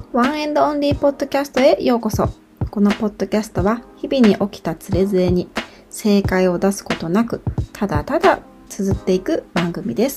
ワンエンドオンリーポッドキャストへようこそ。このポッドキャストは日々に起きたつれづれに正解を出すことなく、ただただ綴っていく番組です。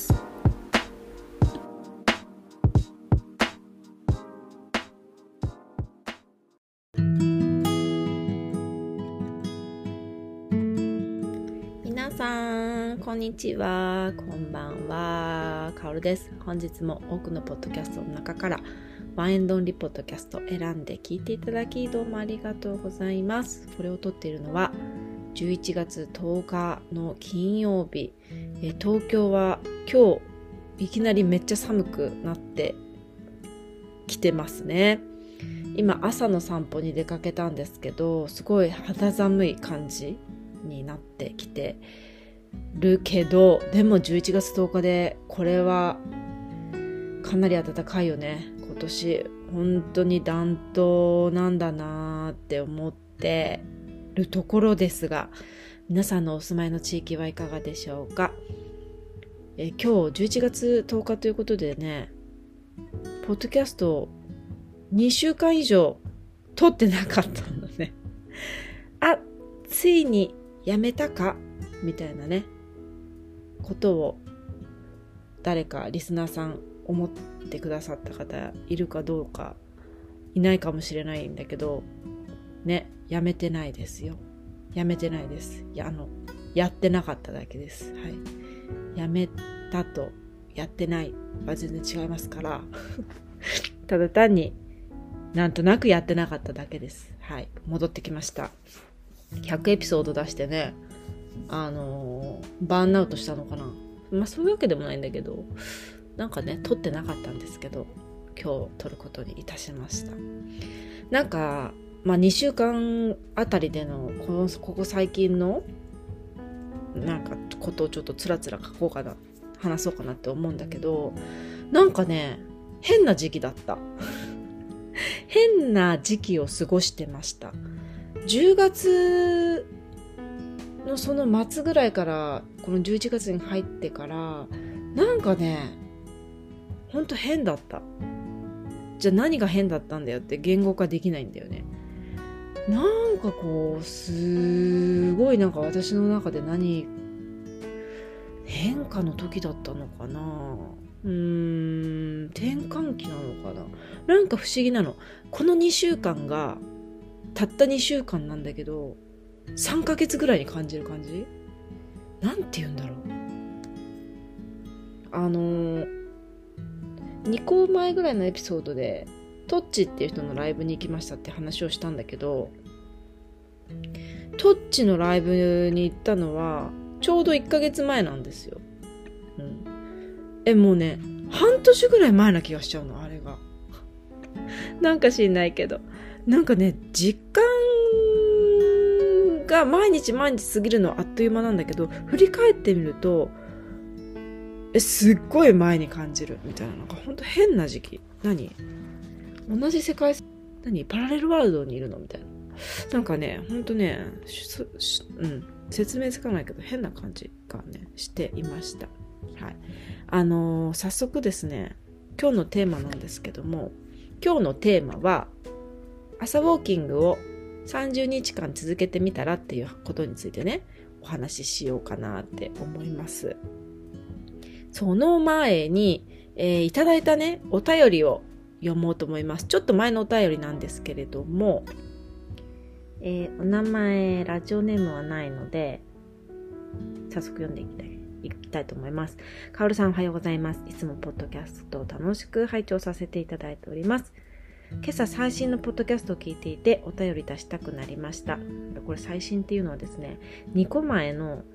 皆さんこんにちは、こんばんは、かおるです。本日も多くのポッドキャストの中からワンエンドオンリーポッドキャスト選んで聞いていただきどうもありがとうございます。これを撮っているのは11月10日の金曜日。東京は今日いきなりめっちゃ寒くなってきてますね。今朝の散歩に出かけたんですけど、すごい肌寒い感じになってきてるけど、でも11月10日でこれはかなり暖かいよね。今年本当に暖冬なんだなって思ってるところですが、皆さんのお住まいの地域はいかがでしょうか。今日11月10日ということでね、ポッドキャスト2週間以上撮ってなかったのね。ついにやめたかみたいなねことを誰かリスナーさん思ってくださった方いるかどうか、いないかもしれないんだけどね、やめてないですよ。やめてないです。やってなかっただけです。はい。やめたとやってないは全然違いますからただ単になんとなくやってなかっただけです。はい。戻ってきました。100エピソード出してね、バーンアウトしたのかな。まあそういうわけでもないんだけど、なんかね、撮ってなかったんですけど、今日撮ることにいたしました。なんか、2週間あたりでのここ最近のなんかことをちょっとつらつら話そうかなって思うんだけど、なんかね、変な時期だった変な時期を過ごしてました。10月のその末ぐらいからこの11月に入ってからなんかね、ほんと変だった。じゃあ何が変だったんだよって言語化できないんだよね。なんかこうすごいなんか私の中で変化の時だったのかな、転換期なのかな。なんか不思議なの。この2週間がたった2週間なんだけど3ヶ月ぐらいに感じる感じ。なんて言うんだろう。2個前ぐらいのエピソードでトッチっていう人のライブに行きましたって話をしたんだけど、トッチのライブに行ったのはちょうど1ヶ月前なんですよ。もうね、半年ぐらい前な気がしちゃうの、あれがなんか知んないけど、なんかね、実感が毎日毎日過ぎるのはあっという間なんだけど、振り返ってみるとすっごい前に感じるみたいな、なんかほんと変な時期。同じ世界、パラレルワールドにいるのみたいな。なんかね、ほんとね、説明つかないけど変な感じがねしていました。はい。早速ですね、今日のテーマなんですけども、今日のテーマは朝ウォーキングを30日間続けてみたらっていうことについてね、お話ししようかなって思います。その前に、いただいたね、お便りを読もうと思います。ちょっと前のお便りなんですけれども、お名前、ラジオネームはないので、早速読んでいきたいと思います。かおるさん、おはようございます。いつもポッドキャストを楽しく拝聴させていただいております。今朝最新のポッドキャストを聞いていてお便り出したくなりました。これ最新っていうのはですね、2個前の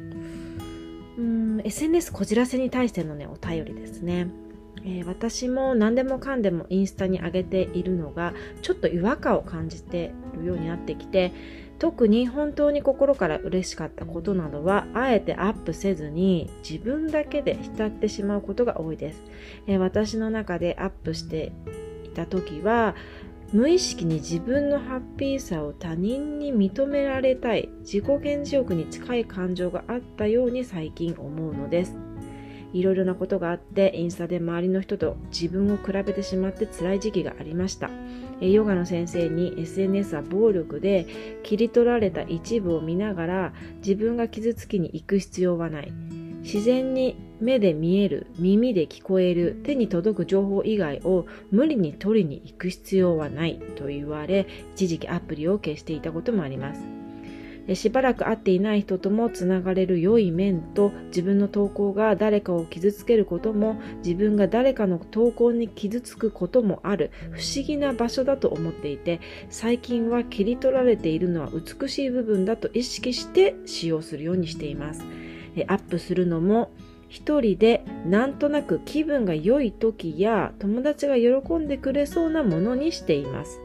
SNS こじらせに対してのね、お便りですね。私も何でもかんでもインスタに上げているのがちょっと違和感を感じているようになってきて、特に本当に心から嬉しかったことなどはあえてアップせずに自分だけで浸ってしまうことが多いです。私の中でアップしていた時は無意識に自分のハッピーさを他人に認められたい自己顕示欲に近い感情があったように最近思うのです。 いろいろなことがあって、インスタで周りの人と自分を比べてしまって辛い時期がありました。ヨガの先生に SNS は暴力で切り取られた一部を見ながら自分が傷つきに行く必要はない。自然に目で見える、耳で聞こえる、手に届く情報以外を無理に取りに行く必要はないと言われ、一時期アプリを消していたこともあります。しばらく会っていない人ともつながれる良い面と、自分の投稿が誰かを傷つけることも、自分が誰かの投稿に傷つくこともある不思議な場所だと思っていて、最近は切り取られているのは美しい部分だと意識して使用するようにしています。アップするのも一人でなんとなく気分が良い時や友達が喜んでくれそうなものにしています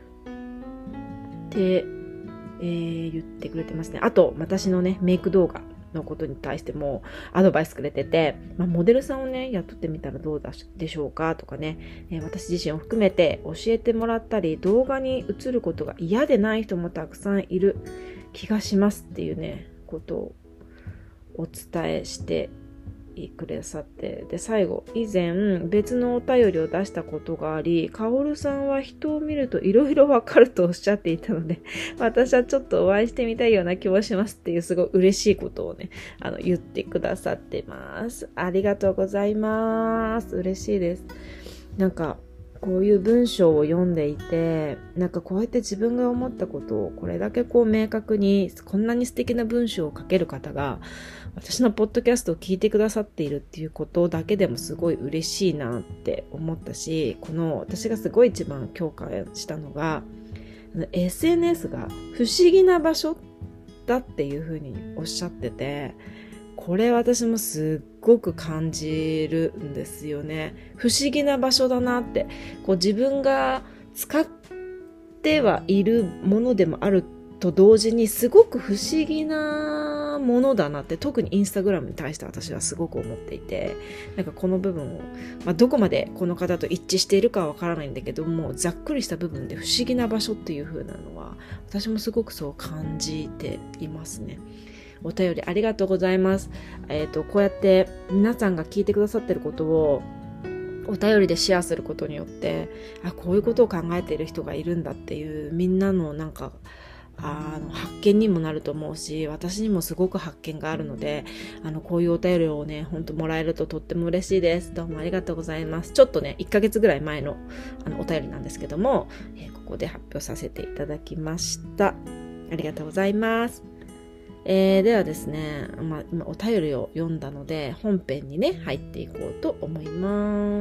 って言ってくれてますね。あと私のねメイク動画のことに対してもアドバイスくれてて、モデルさんをね雇ってみたらどうでしょうかとかね、私自身を含めて教えてもらったり、動画に映ることが嫌でない人もたくさんいる気がしますっていうねことをお伝えしてくださって、で最後、以前別のお便りを出したことがあり、カオルさんは人を見るといろいろわかるとおっしゃっていたので、私はちょっとお会いしてみたいような気もしますっていうすごい嬉しいことをね言ってくださってます。ありがとうございます。嬉しいです。なんかこういう文章を読んでいて、なんかこうやって自分が思ったことをこれだけこう明確に、こんなに素敵な文章を書ける方が私のポッドキャストを聞いてくださっているっていうことだけでもすごい嬉しいなって思ったし、私がすごい一番共感したのが、SNS が不思議な場所だっていうふうにおっしゃってて、これ私もすっごく感じるんですよね。不思議な場所だなって、自分が使ってはいるものでもあると同時にすごく不思議なものだなって、特にインスタグラムに対して私はすごく思っていて、なんかこの部分を、どこまでこの方と一致しているかはわからないんだけども、ざっくりした部分で不思議な場所っていう風なのは私もすごくそう感じていますね。お便りありがとうございます。こうやって皆さんが聞いてくださってることをお便りでシェアすることによって、こういうことを考えている人がいるんだっていうみんなのなんか発見にもなると思うし、私にもすごく発見があるので、こういうお便りをね本当もらえるととっても嬉しいです。どうもありがとうございます。ちょっとね1ヶ月ぐらい前のお便りなんですけども、ここで発表させていただきました。ありがとうございます。ではですね、今お便りを読んだので本編にね入っていこうと思います。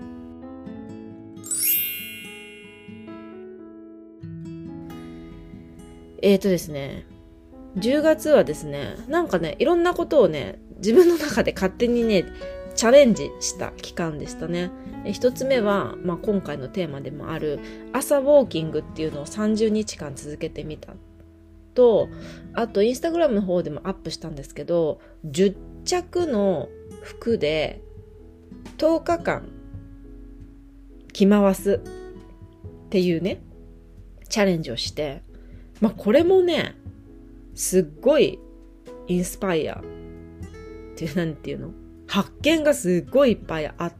ですね、10月はですね、なんかねいろんなことをね自分の中で勝手にねチャレンジした期間でしたね。一つ目は、今回のテーマでもある朝ウォーキングっていうのを30日間続けてみたと、あとインスタグラムの方でもアップしたんですけど、10着の服で10日間着回すっていうねチャレンジをして、これもねすっごいインスパイアっていう、なんていうの、発見がすっごいいっぱいあって、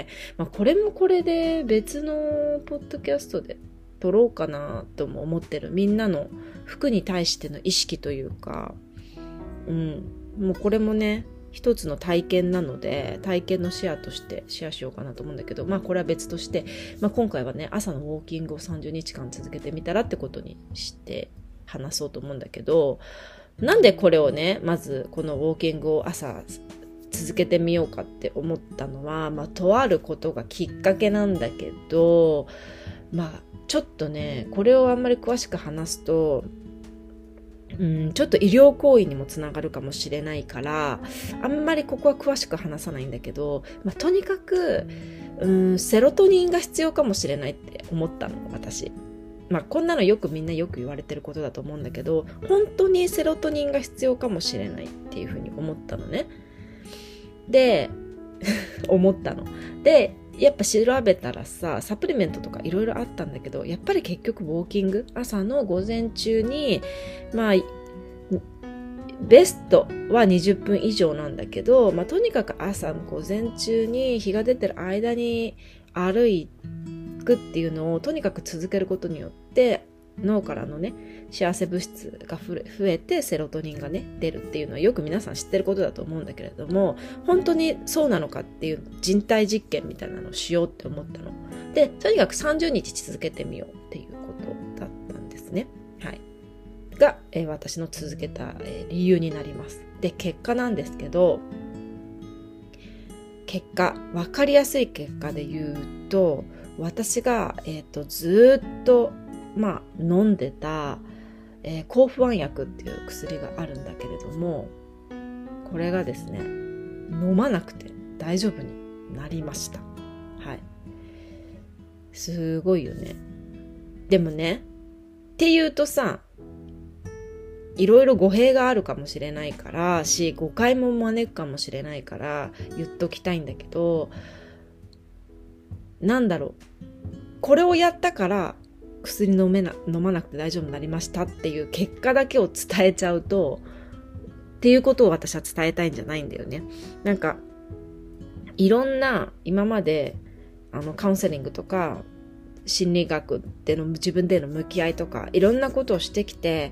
これもこれで別のポッドキャストで撮ろうかなとも思ってる。みんなの服に対しての意識というか、もうこれもね一つの体験なので、体験のシェアとしてシェアしようかなと思うんだけど、これは別として、今回はね朝のウォーキングを30日間続けてみたらってことにして話そうと思うんだけど、なんでこれをねまずこのウォーキングを朝続けてみようかって思ったのは、とあることがきっかけなんだけど、ちょっとねこれをあんまり詳しく話すとちょっと医療行為にもつながるかもしれないから、あんまりここは詳しく話さないんだけど、とにかくセロトニンが必要かもしれないって思ったの私。こんなのみんなよく言われてることだと思うんだけど、本当にセロトニンが必要かもしれないっていうふうに思ったのね。で思ったので、やっぱ調べたらさ、サプリメントとかいろいろあったんだけど、やっぱり結局ウォーキング、朝の午前中にベストは20分以上なんだけど、とにかく朝午前中に日が出てる間に歩くっていうのをとにかく続けることによって脳からのね幸せ物質が増えてセロトニンがね出るっていうのはよく皆さん知ってることだと思うんだけれども、本当にそうなのかっていう人体実験みたいなのをしようって思ったので、とにかく30日続けてみようっていうことだったんですね。はいが、私の続けた、理由になります。で、結果なんですけど、分かりやすい結果で言うと、私が、ずっと、飲んでた、抗不安薬っていう薬があるんだけれども、これがですね、飲まなくて大丈夫になりました。はい。すごいよね。でもね、っていうとさ、いろいろ語弊があるかもしれないから誤解も招くかもしれないから言っときたいんだけど、これをやったから薬飲まなくて大丈夫になりましたっていう結果だけを伝えちゃうとっていうことを私は伝えたいんじゃないんだよね。いろんな今までカウンセリングとか心理学での自分での向き合いとかいろんなことをしてきて、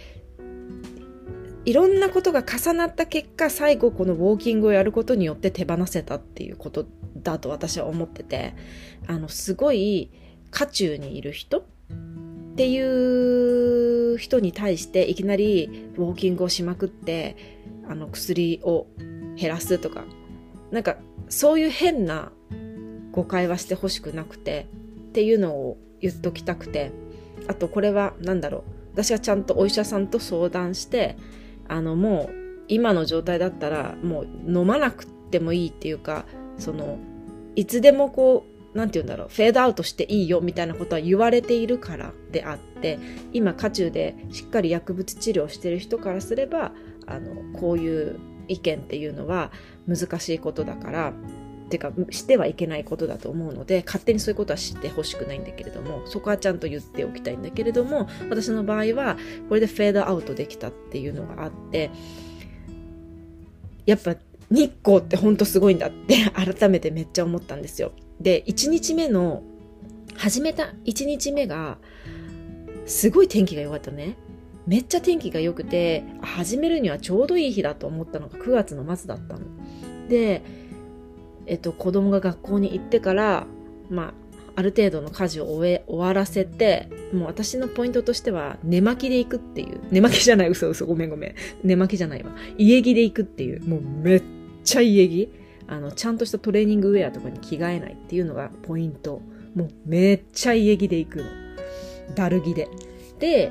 いろんなことが重なった結果、最後このウォーキングをやることによって手放せたっていうことだと私は思ってて、すごい渦中にいる人っていう人に対していきなりウォーキングをしまくって薬を減らすとか、そういう変な誤解はしてほしくなくてっていうのを言っときたくて、あとこれは私はちゃんとお医者さんと相談してもう今の状態だったらもう飲まなくてもいいっていうか、いつでもフェードアウトしていいよみたいなことは言われているからであって、今渦中でしっかり薬物治療してる人からすればこういう意見っていうのは難しいことだからっていうかしてはいけないことだと思うので、勝手にそういうことは知ってほしくないんだけれども、そこはちゃんと言っておきたいんだけれども、私の場合はこれでフェードアウトできたっていうのがあって、やっぱ日光ってほんとすごいんだって改めてめっちゃ思ったんですよ。で、始めた1日目がすごい天気が良かったね。めっちゃ天気が良くて、始めるにはちょうどいい日だと思ったのが9月の末だったので、子供が学校に行ってから、ある程度の家事を終わらせて、もう私のポイントとしては寝巻きで行くっていう、寝巻きじゃない、嘘ごめん寝巻きじゃないわ、家着で行くっていう、もうめっちゃ家着、ちゃんとしたトレーニングウェアとかに着替えないっていうのがポイント。もうめっちゃ家着で行くの、だる着で。で、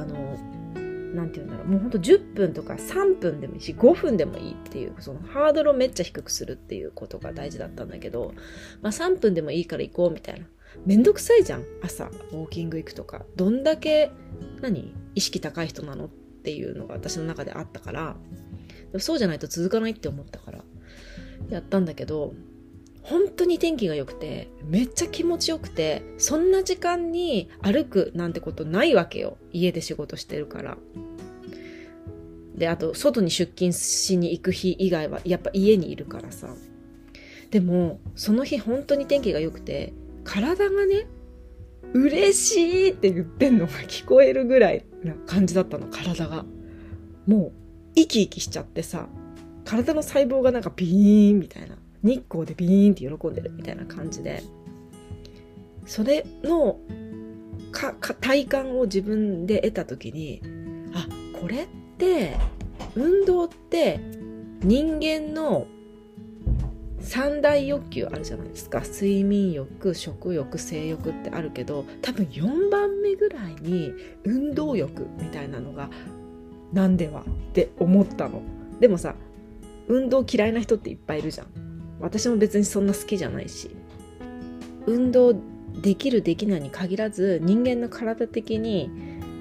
もうほんと10分とか3分でもいいし5分でもいいっていう、そのハードルをめっちゃ低くするっていうことが大事だったんだけど、3分でもいいから行こうみたいな。めんどくさいじゃん、朝ウォーキング行くとか。どんだけ意識高い人なのっていうのが私の中であったから、そうじゃないと続かないって思ったからやったんだけど、本当に天気が良くてめっちゃ気持ちよくて、そんな時間に歩くなんてことないわけよ、家で仕事してるから。で、あと外に出勤しに行く日以外はやっぱ家にいるからさ。でもその日本当に天気が良くて、体がね嬉しいって言ってんのが聞こえるぐらいな感じだったの。体がもう生き生きしちゃってさ、体の細胞がビーンみたいな、日光でビーンって喜んでるみたいな感じで、それの体感を自分で得た時に、これって運動って人間の三大欲求あるじゃないですか。睡眠欲、食欲、性欲ってあるけど、多分4番目ぐらいに運動欲みたいなのがなんではって思ったの。でもさ、運動嫌いな人っていっぱいいるじゃん。私も別にそんな好きじゃないし、運動できるできないに限らず、人間の体的に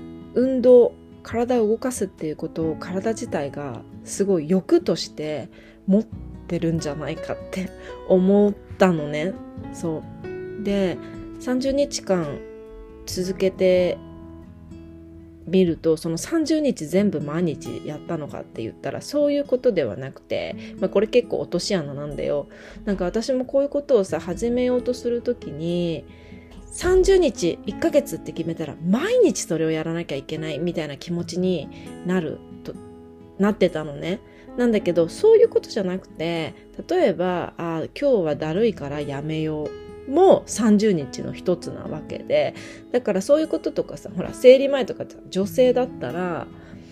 体を動かすっていうことを体自体がすごい欲として持ってるんじゃないかって思ったのね。そうで、30日間続けて見るとその30日全部毎日やったのかって言ったらそういうことではなくて、これ結構落とし穴なんだよ。なんか私もこういうことをさ始めようとするときに30日1ヶ月って決めたら毎日それをやらなきゃいけないみたいな気持ちになってたのね。なんだけどそういうことじゃなくて、例えば今日はだるいからやめようも30日の一つなわけで、だからそういうこととかさ、ほら生理前とか女性だったら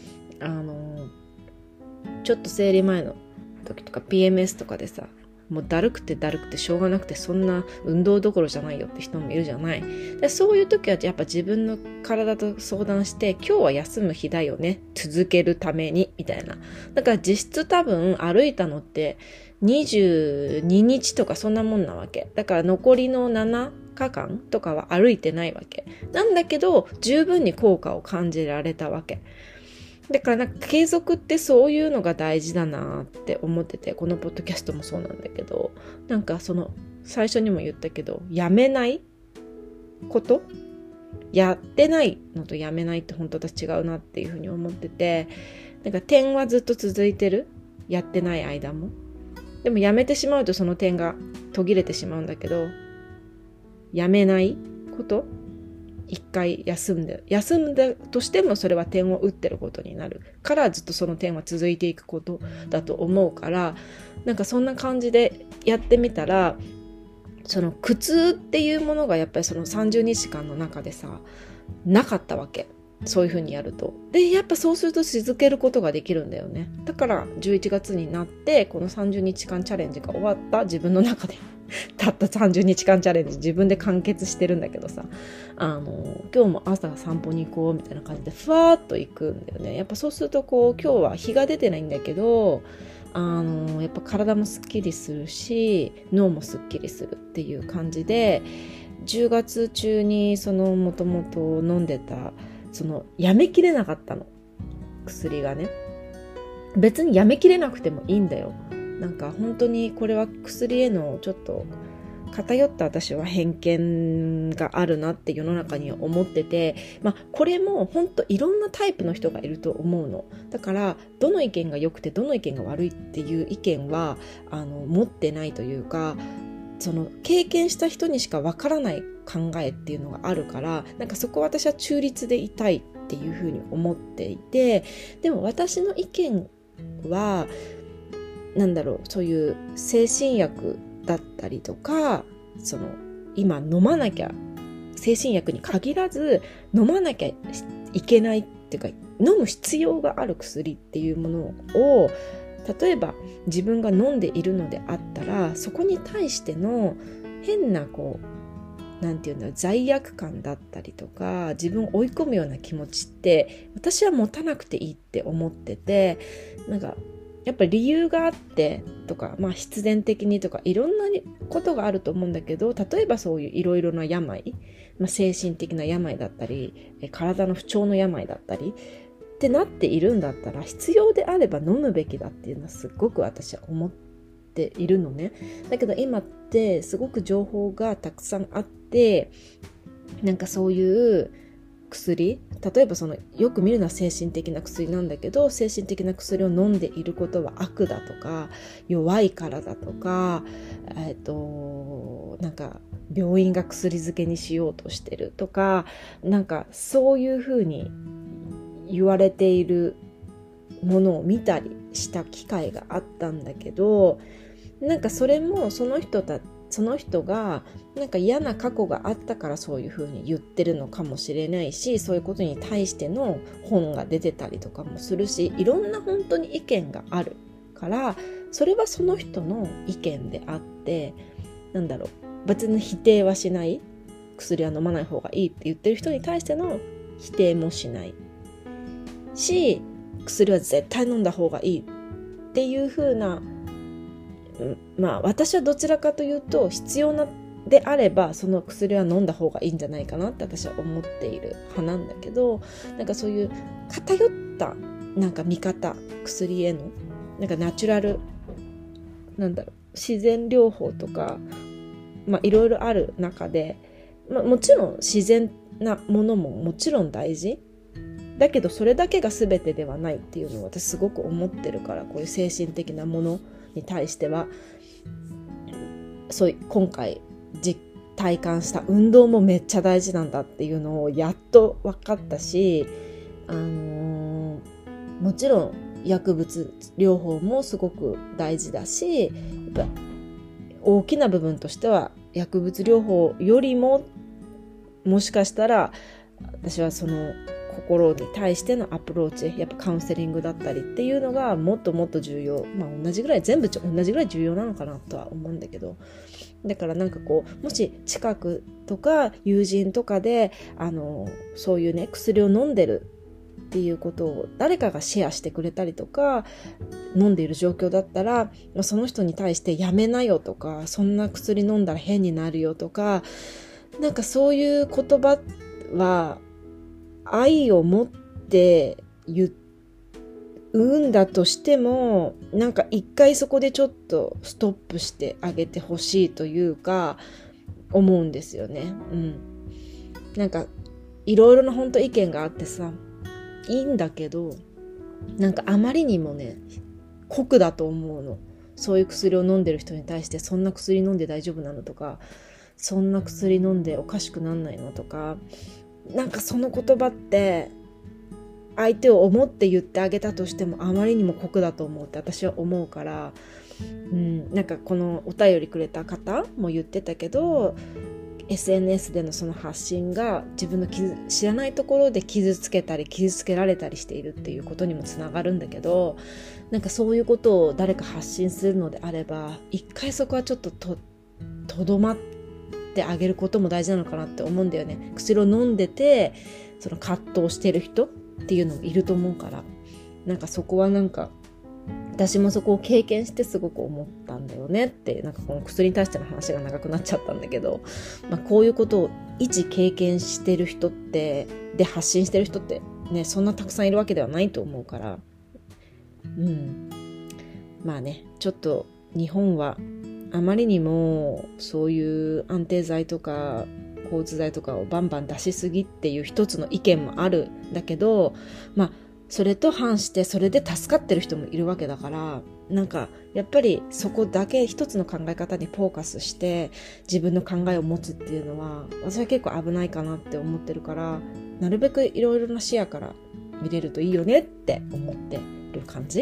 ちょっと生理前の時とか PMS とかでさ、もうだるくてしょうがなくてそんな運動どころじゃないよって人もいるじゃない。でそういう時はやっぱ自分の体と相談して、今日は休む日だよね、続けるためにみたいな。だから実質多分歩いたのって22日とかそんなもんなわけだから、残りの7日間とかは歩いてないわけなんだけど、十分に効果を感じられたわけだから、なんか継続ってそういうのが大事だなって思ってて、このポッドキャストもそうなんだけど、なんかその最初にも言ったけど、やめないこと、やってないのとやめないって本当私違うなっていうふうに思ってて、なんか点はずっと続いてる、やってない間も。でもやめてしまうとその点が途切れてしまうんだけど、やめないこと、一回休んだとしてもそれは点を打ってることになるからずっとその点は続いていくことだと思うから、なんかそんな感じでやってみたら、その苦痛っていうものがやっぱりその30日間の中でさなかったわけ。そういう風にやると。で、やっぱそうすると続けることができるんだよね。だから11月になってこの30日間チャレンジが終わった自分の中でたった30日間チャレンジ自分で完結してるんだけどさ、今日も朝散歩に行こうみたいな感じでふわーっと行くんだよね。やっぱそうするとこう今日は日が出てないんだけど、やっぱ体もすっきりするし脳もすっきりするっていう感じで、10月中にそのもともと飲んでたそのやめきれなかったの薬がね、別にやめきれなくてもいいんだよ。なんか本当にこれは薬へのちょっと偏った私は偏見があるなって世の中には思ってて、これも本当いろんなタイプの人がいると思うの。だからどの意見が良くてどの意見が悪いっていう意見は持ってないというか、その経験した人にしかわからない考えっていうのがあるから、なんかそこは私は中立でいたいっていうふうに思っていて、でも私の意見はそういう精神薬だったりとか、その今飲まなきゃ、精神薬に限らず飲まなきゃいけないっていうか飲む必要がある薬っていうものを、例えば自分が飲んでいるのであったら、そこに対しての変な罪悪感だったりとか自分を追い込むような気持ちって私は持たなくていいって思ってて、なんかやっぱり理由があってとか、必然的にとかいろんなことがあると思うんだけど、例えばそういういろいろな病、精神的な病だったり体の不調の病だったりってなっているんだったら、必要であれば飲むべきだっていうのはすごく私は思っているのね。だけど今ってすごく情報がたくさんあって、なんかそういう薬、例えばよく見るのは精神的な薬なんだけど、精神的な薬を飲んでいることは悪だとか弱いからだとか、なんか病院が薬漬けにしようとしてるとか、なんかそういうふうに言われているものを見たりした機会があったんだけど、なんかそれもその人がなんか嫌な過去があったからそういう風に言ってるのかもしれないし、そういうことに対しての本が出てたりとかもするし、いろんな本当に意見があるから、それはその人の意見であって、別に否定はしない、薬は飲まない方がいいって言ってる人に対しての否定もしないし、薬は絶対飲んだ方がいいっていう風な、私はどちらかというと必要なであればその薬は飲んだ方がいいんじゃないかなって私は思っている派なんだけど、なんかそういう偏った見方、薬へのナチュラル自然療法とかいろいろある中で、もちろん自然なものももちろん大事だけどそれだけが全てではないっていうのを私すごく思ってるから、こういう精神的なものに対してはそういう今回体感した運動もめっちゃ大事なんだっていうのをやっと分かったし、もちろん薬物療法もすごく大事だし、やっぱ大きな部分としては薬物療法よりももしかしたら私はその心に対してのアプローチ、やっぱカウンセリングだったりっていうのがもっともっと重要、同じぐらい全部同じぐらい重要なのかなとは思うんだけど、だからなんかこうもし近くとか友人とかでそういうね薬を飲んでるっていうことを誰かがシェアしてくれたりとか飲んでいる状況だったら、その人に対してやめなよとか、そんな薬飲んだら変になるよとか、なんかそういう言葉は愛を持って言うんだとしても、なんか一回そこでちょっとストップしてあげてほしいというか思うんですよね。なんかいろいろな本当意見があってさ、いいんだけど、なんかあまりにもね酷だと思うの。そういう薬を飲んでる人に対して、そんな薬飲んで大丈夫なのとか、そんな薬飲んでおかしくなんないのとか、なんかその言葉って相手を思って言ってあげたとしてもあまりにも酷だと思うって私は思うから、なんかこのお便りくれた方も言ってたけど、SNS でのその発信が自分の知らないところで傷つけたり傷つけられたりしているっていうことにもつながるんだけど、なんかそういうことを誰か発信するのであれば、一回そこはちょっととどまってあげることも大事なのかなって思うんだよね。薬を飲んでてその葛藤してる人っていうのもいると思うから、なんかそこはなんか私もそこを経験してすごく思ったんだよねって、なんかこの薬に対しての話が長くなっちゃったんだけど、こういうことを一経験してる人ってで発信してる人ってね、そんなたくさんいるわけではないと思うから、ちょっと日本はあまりにもそういう安定剤とか抗うつ剤とかをバンバン出しすぎっていう一つの意見もあるんだけど、それと反してそれで助かってる人もいるわけだから、なんかやっぱりそこだけ一つの考え方にフォーカスして自分の考えを持つっていうのは私は結構危ないかなって思ってるから、なるべくいろいろな視野から見れるといいよねって思ってる感じ。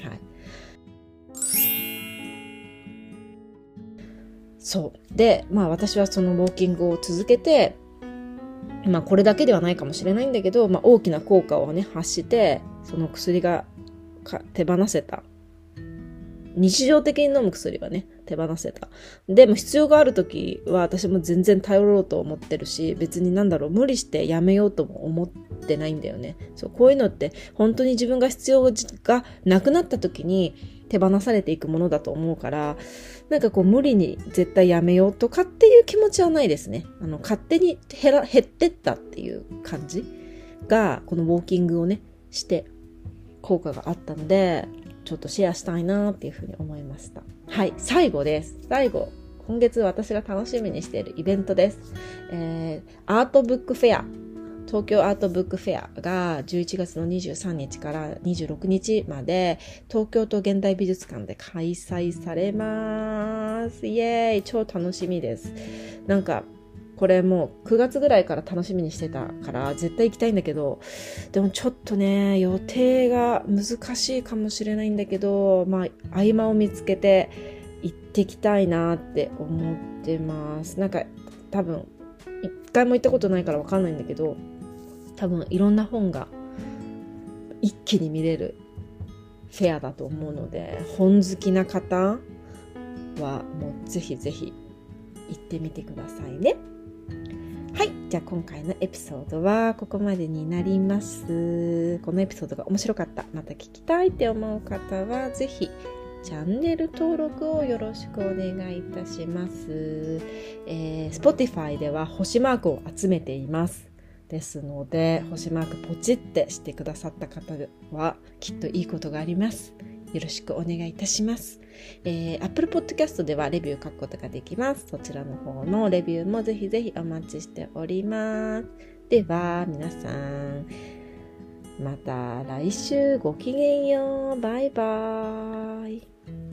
そうで、私はそのウォーキングを続けて、これだけではないかもしれないんだけど、大きな効果をね発して、その薬が手放せた。日常的に飲む薬はね手放せた。でも必要がある時は私も全然頼ろうと思ってるし、別に無理してやめようとも思ってないんだよね。こういうのって本当に自分が必要がなくなった時に手放されていくものだと思うから、なんかこう無理に絶対やめようとかっていう気持ちはないですね。勝手に減ってったっていう感じがこのウォーキングをねして効果があったので、ちょっとシェアしたいなっていうふうに思いました。はい、最後です。今月私が楽しみにしているイベントです。アートブックフェア、東京アートブックフェアが11月の23日から26日まで東京都現代美術館で開催されます。イエーイ、超楽しみです。なんかこれもう9月ぐらいから楽しみにしてたから絶対行きたいんだけど、でもちょっとね予定が難しいかもしれないんだけど、合間を見つけて行ってきたいなって思ってます。なんか多分一回も行ったことないから分かんないんだけど、多分いろんな本が一気に見れるフェアだと思うので、本好きな方はもうぜひぜひ行ってみてくださいね。はい、じゃあ今回のエピソードはここまでになります。このエピソードが面白かった、また聞きたいって思う方はぜひチャンネル登録をよろしくお願いいたします。Spotify では星マークを集めています。ですので星マークポチってしてくださった方はきっといいことがあります。よろしくお願いいたします。Apple Podcast ではレビュー書くことができます。そちらの方のレビューもぜひぜひお待ちしております。では皆さんまた来週ごきげんよう。バイバーイ。